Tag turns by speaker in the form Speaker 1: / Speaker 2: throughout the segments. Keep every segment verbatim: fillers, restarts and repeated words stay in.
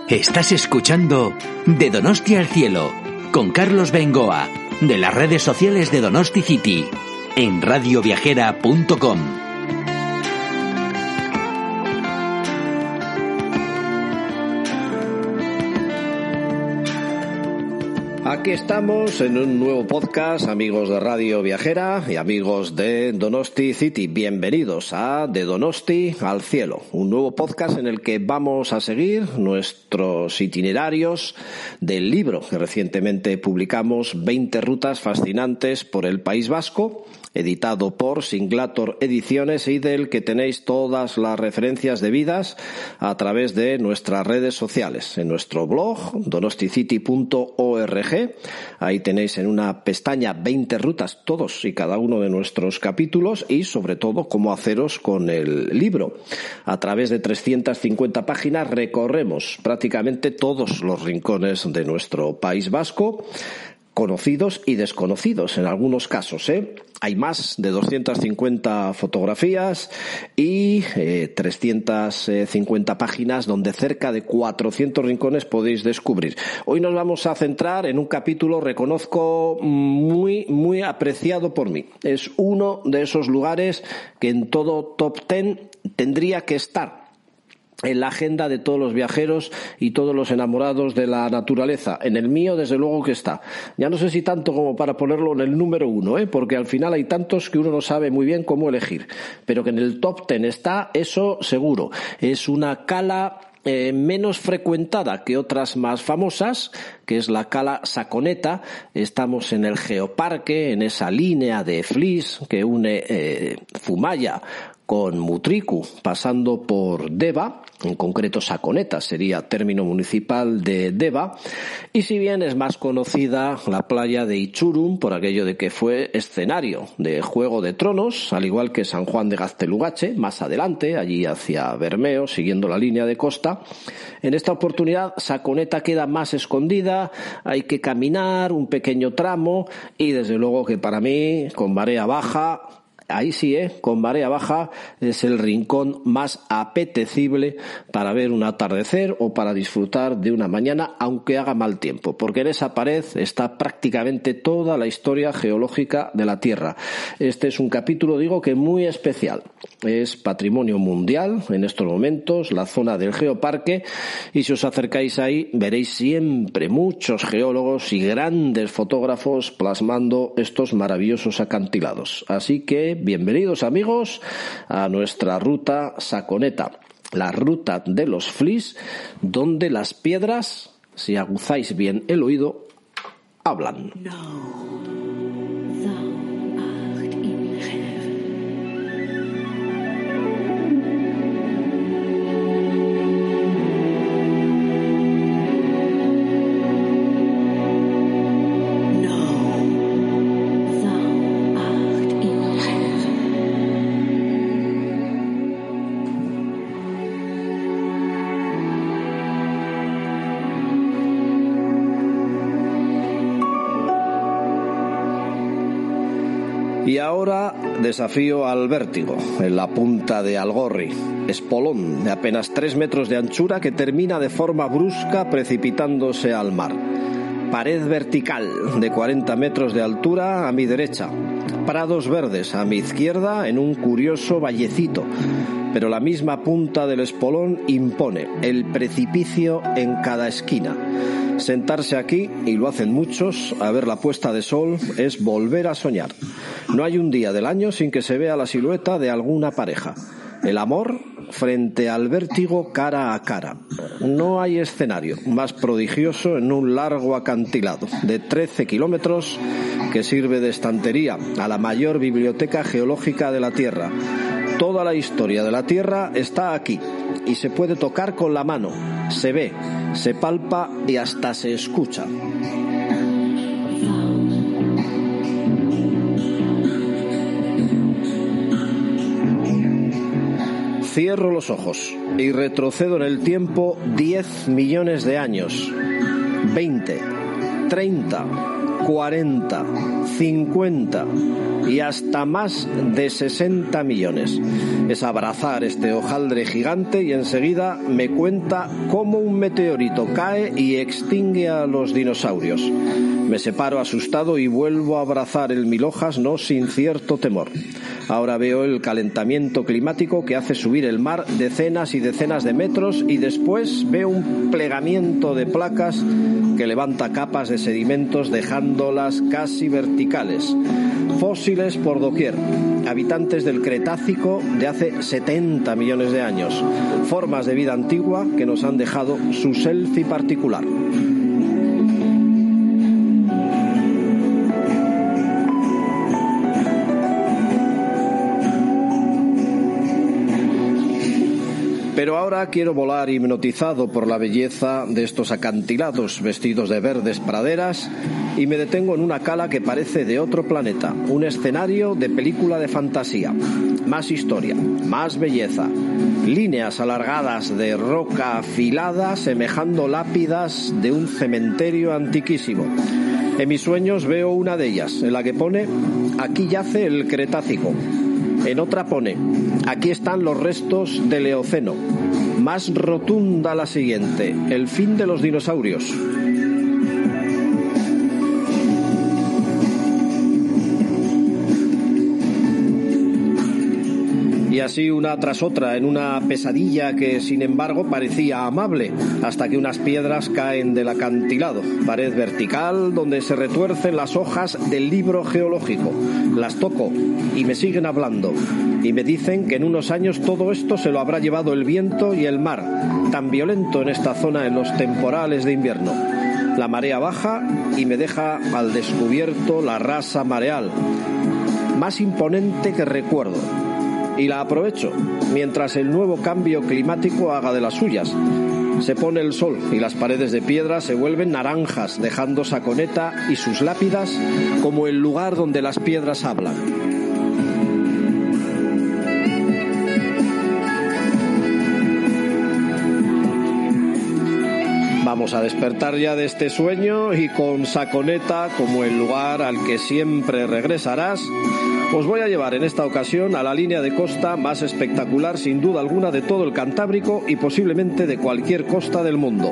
Speaker 1: Estás escuchando De Donosti al Cielo con Carlos Bengoa de las redes sociales de Donosti City en radio viajera punto com.
Speaker 2: Aquí estamos en un nuevo podcast, amigos de Radio Viajera y amigos de Donosti City. Bienvenidos a De Donosti al Cielo, un nuevo podcast en el que vamos a seguir nuestros itinerarios del libro que recientemente publicamos, veinte rutas fascinantes por el País Vasco, editado por Singlator Ediciones y del que tenéis todas las referencias debidas a través de nuestras redes sociales, en nuestro blog donosticity punto org. Ahí tenéis en una pestaña veinte rutas, todos y cada uno de nuestros capítulos, y sobre todo cómo haceros con el libro. A través de trescientas cincuenta páginas recorremos prácticamente todos los rincones de nuestro País Vasco, conocidos y desconocidos en algunos casos, ¿eh? Hay más de doscientas cincuenta fotografías y eh, trescientas cincuenta páginas donde cerca de cuatrocientos rincones podéis descubrir. Hoy nos vamos a centrar en un capítulo, reconozco, muy, muy apreciado por mí. Es uno de esos lugares que en todo top ten tendría que estar en la agenda de todos los viajeros y todos los enamorados de la naturaleza. En el mío, desde luego que está. Ya no sé si tanto como para ponerlo en el número uno, ¿eh? Porque al final hay tantos que uno no sabe muy bien cómo elegir. Pero que en el top ten está, eso seguro. Es una cala Eh, menos frecuentada que otras más famosas, que es la cala Saconeta. Estamos en el Geoparque, en esa línea de Flix que une eh, Zumaya con Mutriku, pasando por Deva, en concreto Saconeta sería término municipal de Deva, y si bien es más conocida la playa de Itxurun por aquello de que fue escenario de Juego de Tronos, al igual que San Juan de Gaztelugatxe, más adelante, allí hacia Bermeo, siguiendo la línea de costa. En esta oportunidad Saconeta queda más escondida, hay que caminar un pequeño tramo y desde luego que para mí, con marea baja, ahí sí, ¿eh? Con marea baja es el rincón más apetecible para ver un atardecer o para disfrutar de una mañana, aunque haga mal tiempo, porque en esa pared está prácticamente toda la historia geológica de la Tierra. Este es un capítulo, digo, que muy especial. Es patrimonio mundial en estos momentos, la zona del Geoparque, y si os acercáis ahí veréis siempre muchos geólogos y grandes fotógrafos plasmando estos maravillosos acantilados. Así que bienvenidos, amigos, a nuestra ruta Saconeta, la ruta de los Flix, donde las piedras, si aguzáis bien el oído, hablan. No. Y ahora desafío al vértigo, en la punta de Algorri, espolón de apenas tres metros de anchura que termina de forma brusca precipitándose al mar. Pared vertical de cuarenta metros de altura a mi derecha, prados verdes a mi izquierda en un curioso vallecito, pero la misma punta del espolón impone el precipicio en cada esquina. Sentarse aquí, y lo hacen muchos, a ver la puesta de sol es volver a soñar. No hay un día del año sin que se vea la silueta de alguna pareja. El amor frente al vértigo cara a cara. No hay escenario más prodigioso en un largo acantilado de trece kilómetros que sirve de estantería a la mayor biblioteca geológica de la Tierra. Toda la historia de la Tierra está aquí y se puede tocar con la mano, se ve, se palpa y hasta se escucha. Cierro los ojos y retrocedo en el tiempo diez millones de años, veinte, treinta, cuarenta, cincuenta y hasta más de sesenta millones. Es abrazar este hojaldre gigante y enseguida me cuenta cómo un meteorito cae y extingue a los dinosaurios. Me separo asustado y vuelvo a abrazar el mil hojas, no sin cierto temor. Ahora veo el calentamiento climático que hace subir el mar decenas y decenas de metros y después veo un plegamiento de placas que levanta capas de sedimentos dejándolas casi verticales. Fósiles por doquier, habitantes del Cretácico de hace setenta millones de años, formas de vida antigua que nos han dejado su selfie particular. Pero ahora quiero volar hipnotizado por la belleza de estos acantilados vestidos de verdes praderas y me detengo en una cala que parece de otro planeta, un escenario de película de fantasía. Más historia, más belleza, líneas alargadas de roca afilada semejando lápidas de un cementerio antiquísimo. En mis sueños veo una de ellas, en la que pone «Aquí yace el Cretácico». En otra pone, aquí están los restos del Eoceno. Más rotunda la siguiente, el fin de los dinosaurios. Y así una tras otra, en una pesadilla que sin embargo parecía amable, hasta que unas piedras caen del acantilado, pared vertical donde se retuercen las hojas del libro geológico. Las toco y me siguen hablando, y me dicen que en unos años todo esto se lo habrá llevado el viento y el mar, tan violento en esta zona en los temporales de invierno. La marea baja y me deja al descubierto la rasa mareal, más imponente que recuerdo. Y la aprovecho, mientras el nuevo cambio climático haga de las suyas. Se pone el sol y las paredes de piedra se vuelven naranjas, dejando Saconeta y sus lápidas como el lugar donde las piedras hablan. Vamos a despertar ya de este sueño y con Saconeta como el lugar al que siempre regresarás, os voy a llevar en esta ocasión a la línea de costa más espectacular sin duda alguna de todo el Cantábrico y posiblemente de cualquier costa del mundo.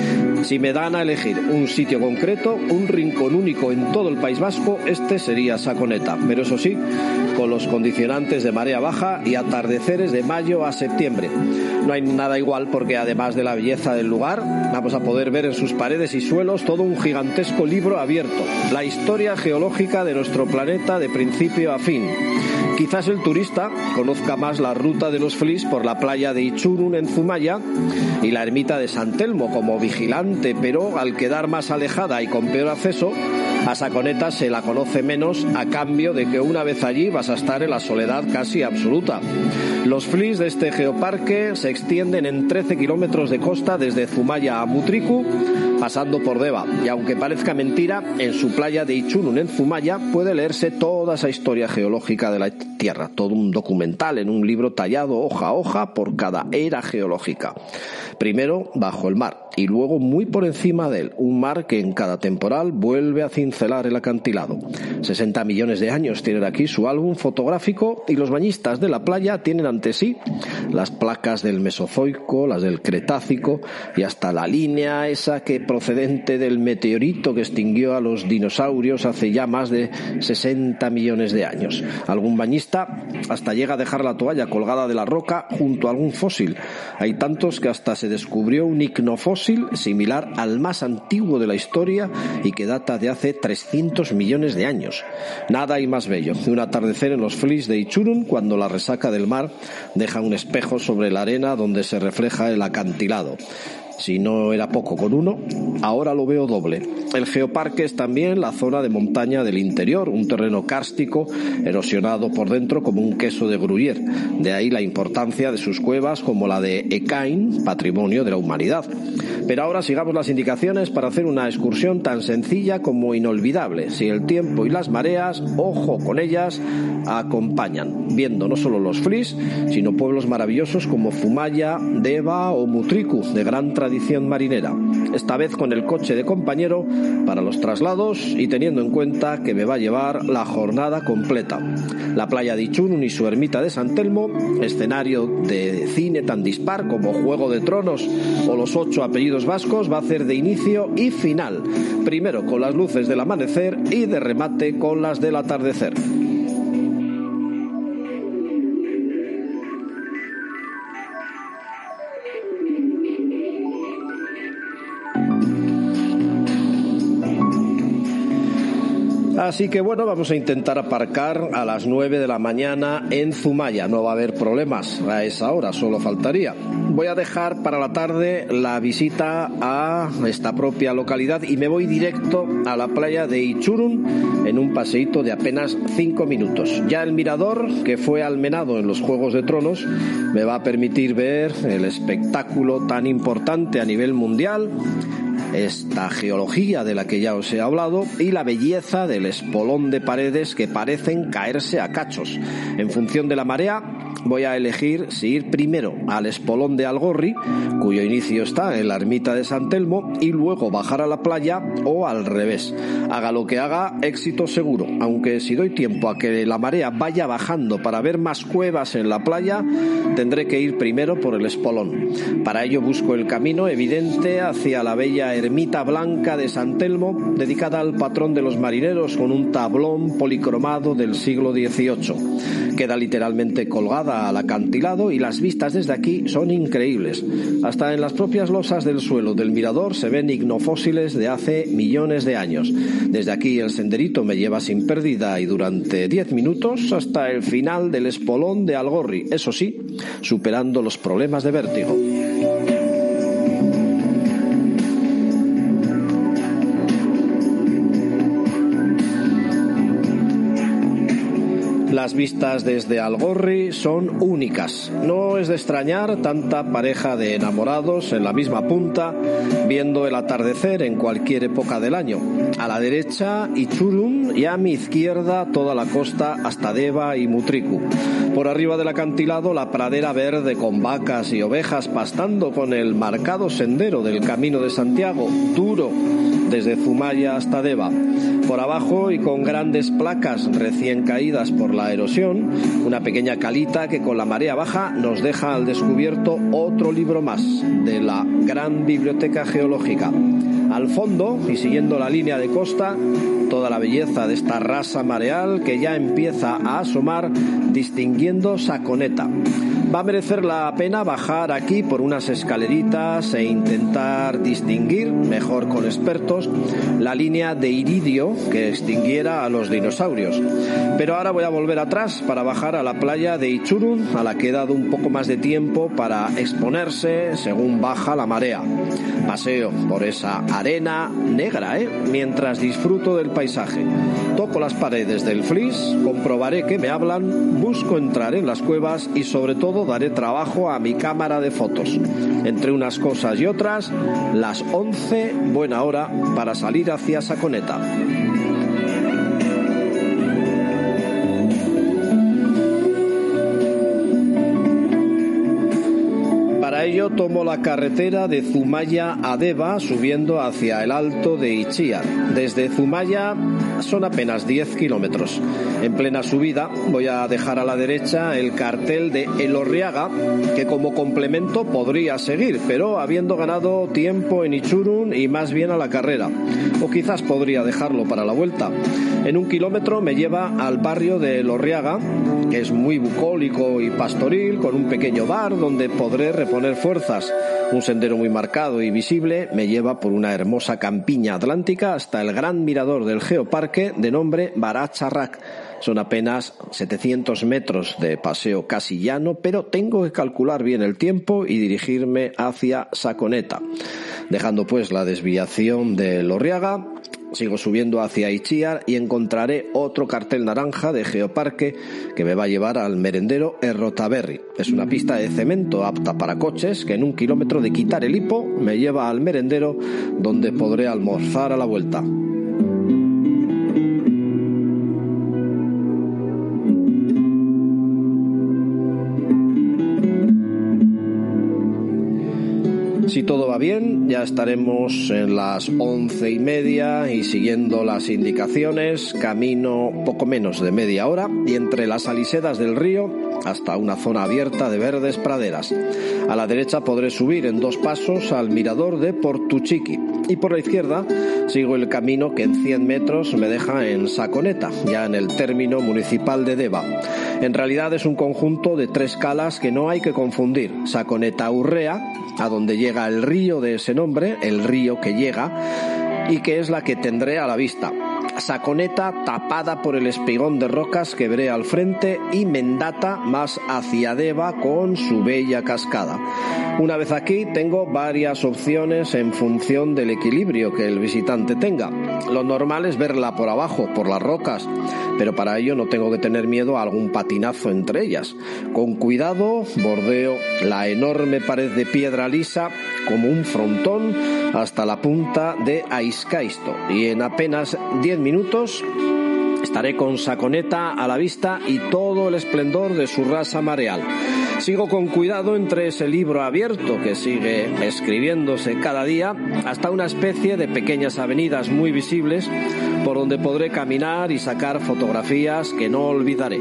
Speaker 2: Si me dan a elegir un sitio concreto, un rincón único en todo el País Vasco, este sería Saconeta, pero eso sí, con los condicionantes de marea baja y atardeceres de mayo a septiembre. No hay nada igual porque además de la belleza del lugar, vamos a poder ver en sus paredes y suelos todo un gigantesco libro abierto, la historia geológica de nuestro planeta de principio a fin. Quizás el turista conozca más la ruta de los flis por la playa de Itxurun en Zumaya y la ermita de San Telmo como vigilante, pero al quedar más alejada y con peor acceso, a Saconeta se la conoce menos a cambio de que una vez allí vas a estar en la soledad casi absoluta. Los flis de este geoparque se extienden en trece kilómetros de costa desde Zumaya a Mutriku, pasando por Deva, y aunque parezca mentira, en su playa de Itxurun en Zumaya puede leerse toda esa historia geológica de la Tierra, todo un documental en un libro tallado hoja a hoja por cada era geológica. Primero bajo el mar y luego muy por encima de él, un mar que en cada temporal vuelve a cincelar el acantilado. sesenta millones de años tienen aquí su álbum fotográfico y los bañistas de la playa tienen ante sí las placas del Mesozoico, las del Cretácico y hasta la línea esa que procedente del meteorito que extinguió a los dinosaurios hace ya más de sesenta millones de años. Algún bañista hasta llega a dejar la toalla colgada de la roca junto a algún fósil. Hay tantos que hasta se descubrió un icnofósil similar al más antiguo de la historia y que data de hace trescientos millones de años. Nada hay más bello que un atardecer en los flis de Itxurun cuando la resaca del mar deja un espejo sobre la arena donde se refleja el acantilado. Si no era poco con uno, ahora lo veo doble. El geoparque es también la zona de montaña del interior, un terreno kárstico erosionado por dentro como un queso de Gruyère. De ahí la importancia de sus cuevas como la de Ekain, patrimonio de la humanidad. Pero ahora sigamos las indicaciones para hacer una excursión tan sencilla como inolvidable. Si el tiempo y las mareas, ojo con ellas, acompañan, viendo no solo los flis, sino pueblos maravillosos como Zumaya, Deva o Mutriku, de gran tradición tradición marinera, esta vez con el coche de compañero para los traslados y teniendo en cuenta que me va a llevar la jornada completa. La playa de Ichurun y su ermita de San Telmo, escenario de cine tan dispar como Juego de Tronos o Los ocho apellidos vascos, va a ser de inicio y final, primero con las luces del amanecer y de remate con las del atardecer. Así que bueno, vamos a intentar aparcar a las nueve de la mañana en Zumaya. No va a haber problemas a esa hora, solo faltaría. Voy a dejar para la tarde la visita a esta propia localidad y me voy directo a la playa de Ichurun en un paseíto de apenas cinco minutos. Ya el mirador, que fue almenado en los Juegos de Tronos, me va a permitir ver el espectáculo tan importante a nivel mundial, esta geología de la que ya os he hablado y la belleza del espolón de paredes que parecen caerse a cachos. En función de la marea voy a elegir si ir primero al espolón de Algorri, cuyo inicio está en la ermita de San Telmo, y luego bajar a la playa, o al revés. Haga lo que haga, éxito seguro, aunque si doy tiempo a que la marea vaya bajando para ver más cuevas en la playa, tendré que ir primero por el espolón. Para ello busco el camino evidente hacia la bella ermita blanca de San Telmo, dedicada al patrón de los marineros, con un tablón policromado del siglo dieciocho. Queda literalmente colgada al acantilado y las vistas desde aquí son increíbles. Hasta en las propias losas del suelo del mirador se ven ignofósiles de hace millones de años. Desde aquí el senderito me lleva sin pérdida y durante diez minutos hasta el final del espolón de Algorri, eso sí, superando los problemas de vértigo. Las vistas desde Algorri son únicas. No es de extrañar tanta pareja de enamorados en la misma punta, viendo el atardecer en cualquier época del año. A la derecha, Ichurun, y a mi izquierda toda la costa hasta Deva y Mutriku. Por arriba del acantilado, la pradera verde con vacas y ovejas pastando con el marcado sendero del Camino de Santiago, duro desde Zumaya hasta Deva. Por abajo, y con grandes placas recién caídas por la erosión, una pequeña calita que con la marea baja nos deja al descubierto otro libro más de la gran biblioteca geológica. Al fondo, y siguiendo la línea de costa, toda la belleza de esta rasa mareal que ya empieza a asomar, distinguiendo Saconeta. Va a merecer la pena bajar aquí por unas escaleritas e intentar distinguir, mejor con expertos, la línea de iridio que extinguiera a los dinosaurios. Pero ahora voy a volver atrás para bajar a la playa de Ichurun, a la que he dado un poco más de tiempo para exponerse según baja la marea. Paseo por esa arena negra, ¿eh? mientras disfruto del paisaje. Toco las paredes del Flis, comprobaré que me hablan, busco entrar en las cuevas y sobre todo daré trabajo a mi cámara de fotos. Entre unas cosas y otras, las once, buena hora para salir hacia Saconeta. Para ello tomo la carretera de Zumaya a Deva, subiendo hacia el alto de Itziar. Desde Zumaya son apenas diez kilómetros. En plena subida voy a dejar a la derecha el cartel de Elorriaga, que como complemento podría seguir, pero habiendo ganado tiempo en Ichurun y más bien a la carrera. O quizás podría dejarlo para la vuelta. En un kilómetro me lleva al barrio de Elorriaga, que es muy bucólico y pastoril, con un pequeño bar donde podré reponer fuerzas. Un sendero muy marcado y visible me lleva por una hermosa campiña atlántica hasta el gran mirador del geoparque de nombre Baracharrak. Son apenas setecientos metros de paseo casi llano, pero tengo que calcular bien el tiempo y dirigirme hacia Saconeta. Dejando pues la desviación de Elorriaga, sigo subiendo hacia Itziar y encontraré otro cartel naranja de geoparque que me va a llevar al merendero Errotaberri. Es una pista de cemento apta para coches que en un kilómetro de quitar el hipo me lleva al merendero donde podré almorzar a la vuelta. Si todo va bien, ya estaremos en las once y media y siguiendo las indicaciones, camino poco menos de media hora y entre las alisedas del río hasta una zona abierta de verdes praderas. A la derecha podré subir en dos pasos al mirador de Portuchiqui y por la izquierda sigo el camino que en cien metros me deja en Saconeta, ya en el término municipal de Deva. En realidad es un conjunto de tres calas que no hay que confundir. Saconeta Urrea, a donde llega el río de ese nombre, el río que llega, y que es la que tendré a la vista. Saconeta tapada por el espigón de rocas que veré al frente y Mendata más hacia Deva con su bella cascada. Una vez aquí tengo varias opciones en función del equilibrio que el visitante tenga. Lo normal es verla por abajo, por las rocas, pero para ello no tengo que tener miedo a algún patinazo entre ellas. Con cuidado bordeo la enorme pared de piedra lisa como un frontón hasta la punta de Aizcaisto y en apenas diez minutos estaré con Saconeta a la vista y todo el esplendor de su rasa mareal. Sigo con cuidado entre ese libro abierto que sigue escribiéndose cada día hasta una especie de pequeñas avenidas muy visibles por donde podré caminar y sacar fotografías que no olvidaré.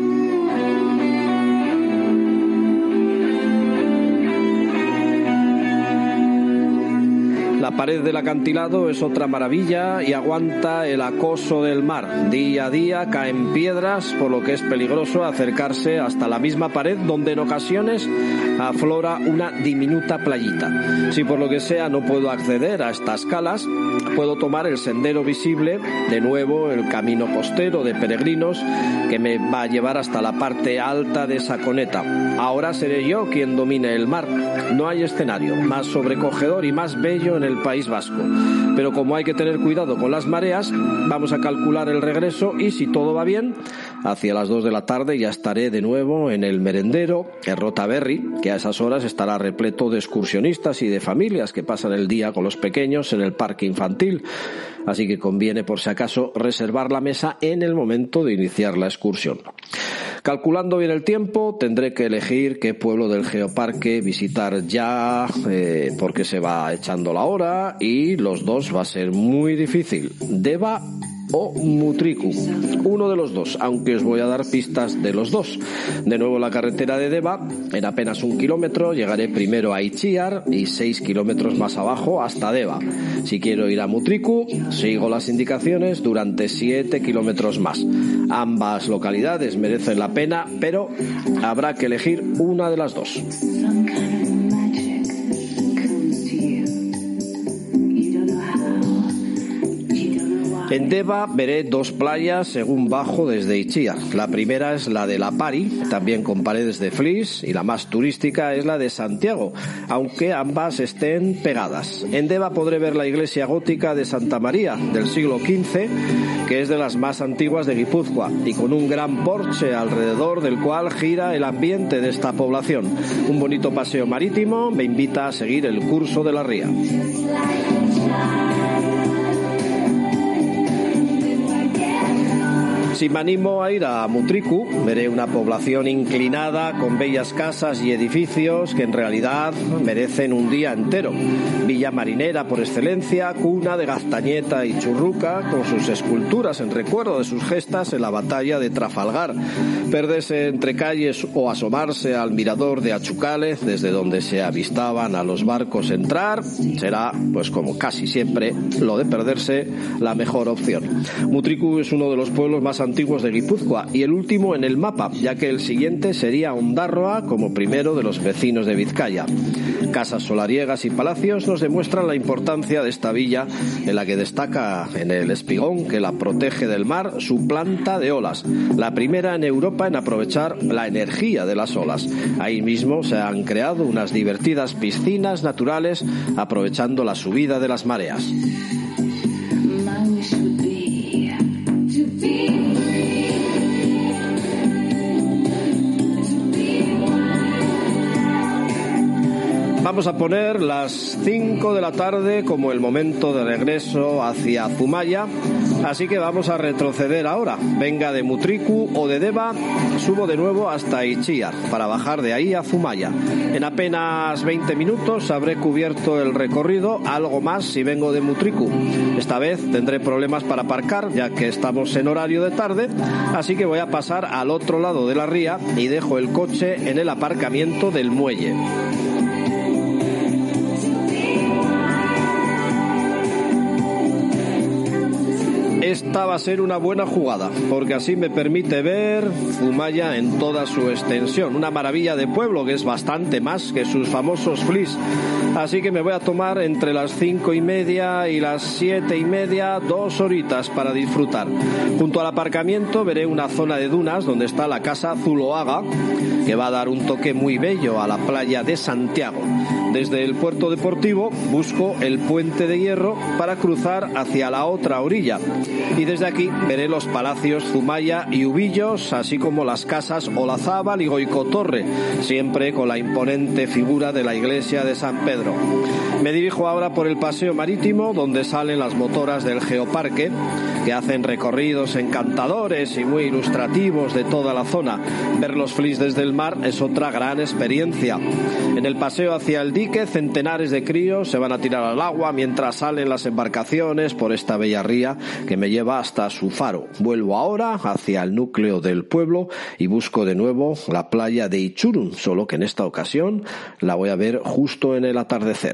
Speaker 2: La pared del acantilado es otra maravilla y aguanta el acoso del mar. Día a día caen piedras, por lo que es peligroso acercarse hasta la misma pared donde en ocasiones aflora una diminuta playita. Si por lo que sea no puedo acceder a estas calas, puedo tomar el sendero visible, de nuevo el camino costero de peregrinos que me va a llevar hasta la parte alta de Saconeta. Ahora seré yo quien domine el mar. No hay escenario más sobrecogedor y más bello en el País Vasco, pero como hay que tener cuidado con las mareas, vamos a calcular el regreso y si todo va bien, hacia las dos de la tarde ya estaré de nuevo en el merendero Errotaberri, que a esas horas estará repleto de excursionistas y de familias que pasan el día con los pequeños en el parque infantil, así que conviene por si acaso reservar la mesa en el momento de iniciar la excursión. Calculando bien el tiempo, tendré que elegir qué pueblo del geoparque visitar ya, eh, porque se va echando la hora y los dos va a ser muy difícil. Deva o Mutriku, uno de los dos, aunque os voy a dar pistas de los dos. De nuevo la carretera de Deva, en apenas un kilómetro llegaré primero a Itziar y seis kilómetros más abajo hasta Deva. Si quiero ir a Mutriku, sigo las indicaciones durante siete kilómetros más. Ambas localidades merecen la pena, pero habrá que elegir una de las dos. En Deva veré dos playas según bajo desde Itziar. La primera es la de La Pari, también con paredes de flis, y la más turística es la de Santiago, aunque ambas estén pegadas. En Deva podré ver la iglesia gótica de Santa María del siglo quince, que es de las más antiguas de Guipúzcoa, y con un gran porche alrededor del cual gira el ambiente de esta población. Un bonito paseo marítimo me invita a seguir el curso de la ría. Si me animo a ir a Mutriku, veré una población inclinada con bellas casas y edificios que en realidad merecen un día entero. Villa marinera por excelencia, cuna de Gaztañeta y Churruca, con sus esculturas en recuerdo de sus gestas en la batalla de Trafalgar. Perderse entre calles o asomarse al mirador de Achucález, desde donde se avistaban a los barcos entrar, será, pues como casi siempre, lo de perderse, la mejor opción. Mutriku es uno de los pueblos más antiguos de Guipúzcoa y el último en el mapa, ya que el siguiente sería Ondarroa como primero de los vecinos de Vizcaya. Casas solariegas y palacios nos demuestran la importancia de esta villa, en la que destaca en el espigón que la protege del mar su planta de olas, la primera en Europa en aprovechar la energía de las olas. Ahí mismo se han creado unas divertidas piscinas naturales aprovechando la subida de las mareas. Vamos a poner las cinco de la tarde como el momento de regreso hacia Zumaya, Así que vamos a retroceder ahora. Venga de Mutriku o de Deva, subo de nuevo hasta Itziar para bajar de ahí a Zumaya. En apenas veinte minutos habré cubierto el recorrido, algo más si vengo de Mutriku. Esta vez tendré problemas para aparcar, ya que estamos en horario de tarde, así que voy a pasar al otro lado de la ría y dejo el coche en el aparcamiento del muelle. Esta va a ser una buena jugada, porque así me permite ver Zumaya en toda su extensión. Una maravilla de pueblo que es bastante más que sus famosos flis. Así que me voy a tomar entre las cinco y media y las siete y media dos horitas para disfrutar. Junto al aparcamiento veré una zona de dunas donde está la casa Zuloaga, que va a dar un toque muy bello a la playa de Santiago. Desde el puerto deportivo busco el puente de hierro para cruzar hacia la otra orilla. Y desde aquí veré los palacios Zumaya y Ubillos, así como las casas Olazábal y Goicotorre, siempre con la imponente figura de la iglesia de San Pedro. Me dirijo ahora por el paseo marítimo, donde salen las motoras del Geoparque, que hacen recorridos encantadores y muy ilustrativos de toda la zona. Ver los flis desde el mar es otra gran experiencia. En el paseo hacia el dique, centenares de críos se van a tirar al agua mientras salen las embarcaciones por esta bella ría que me lleva hasta su faro. Vuelvo ahora hacia el núcleo del pueblo y busco de nuevo la playa de Itxurun, solo que en esta ocasión la voy a ver justo en el atardecer.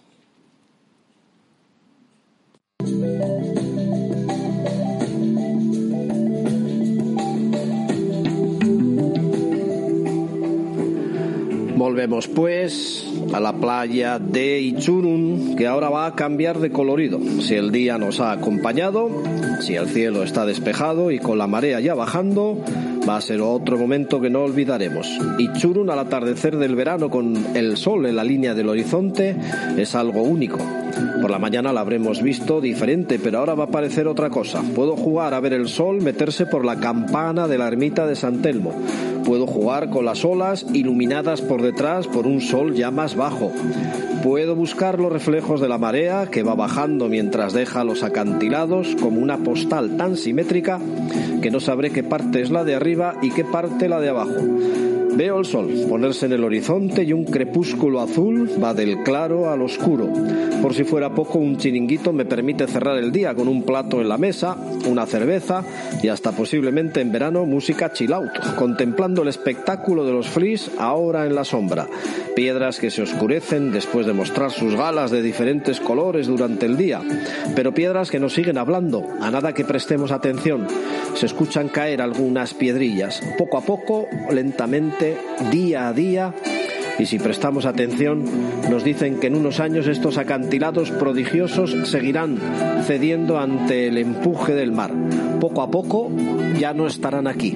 Speaker 2: Volvemos pues a la playa de Itxurun, que ahora va a cambiar de colorido. Si el día nos ha acompañado, si el cielo está despejado y con la marea ya bajando, va a ser otro momento que no olvidaremos. Itxurun al atardecer del verano con el sol en la línea del horizonte es algo único. Por la mañana la habremos visto diferente, pero ahora va a parecer otra cosa. Puedo jugar a ver el sol meterse por la campana de la ermita de San Telmo. Puedo jugar con las olas iluminadas por detrás por un sol ya más bajo. Puedo buscar los reflejos de la marea que va bajando mientras deja los acantilados como una postal tan simétrica que no sabré qué parte es la de arriba y qué parte la de abajo. Veo el sol ponerse en el horizonte y un crepúsculo azul va del claro al oscuro. Por si fuera poco, un chiringuito me permite cerrar el día con un plato en la mesa, una cerveza y hasta posiblemente en verano música chill out, contemplando el espectáculo de los flis ahora en la sombra. Piedras que se oscurecen después de mostrar sus galas de diferentes colores durante el día, pero piedras que nos siguen hablando, a nada que prestemos atención. Se escuchan caer algunas piedrillas, poco a poco, lentamente, día a día, y si prestamos atención nos dicen que en unos años estos acantilados prodigiosos seguirán cediendo ante el empuje del mar. Poco a poco ya no estarán aquí.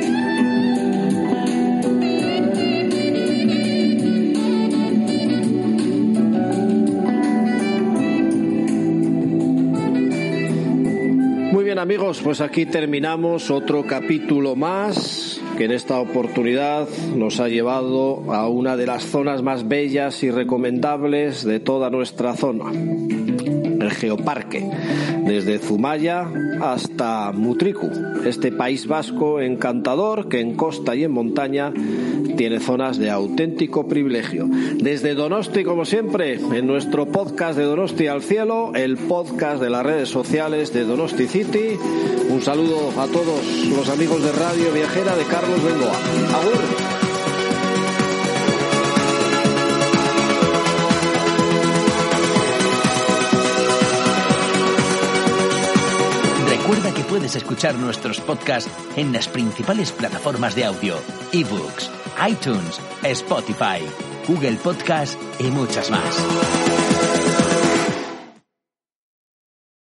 Speaker 2: Muy bien, amigos, pues aquí terminamos otro capítulo más que en esta oportunidad nos ha llevado a una de las zonas más bellas y recomendables de toda nuestra zona, el Geoparque, desde Zumaya hasta Mutriku, este País Vasco encantador que en costa y en montaña tiene zonas de auténtico privilegio. Desde Donosti, como siempre, en nuestro podcast de Donosti al Cielo, el podcast de las redes sociales de Donosti City. Un saludo a todos los amigos de Radio Viajera de Carlos Bengoa. ¡Agur!
Speaker 1: Recuerda que puedes escuchar nuestros podcasts en las principales plataformas de audio, eBooks, iTunes, Spotify, Google Podcast y muchas más.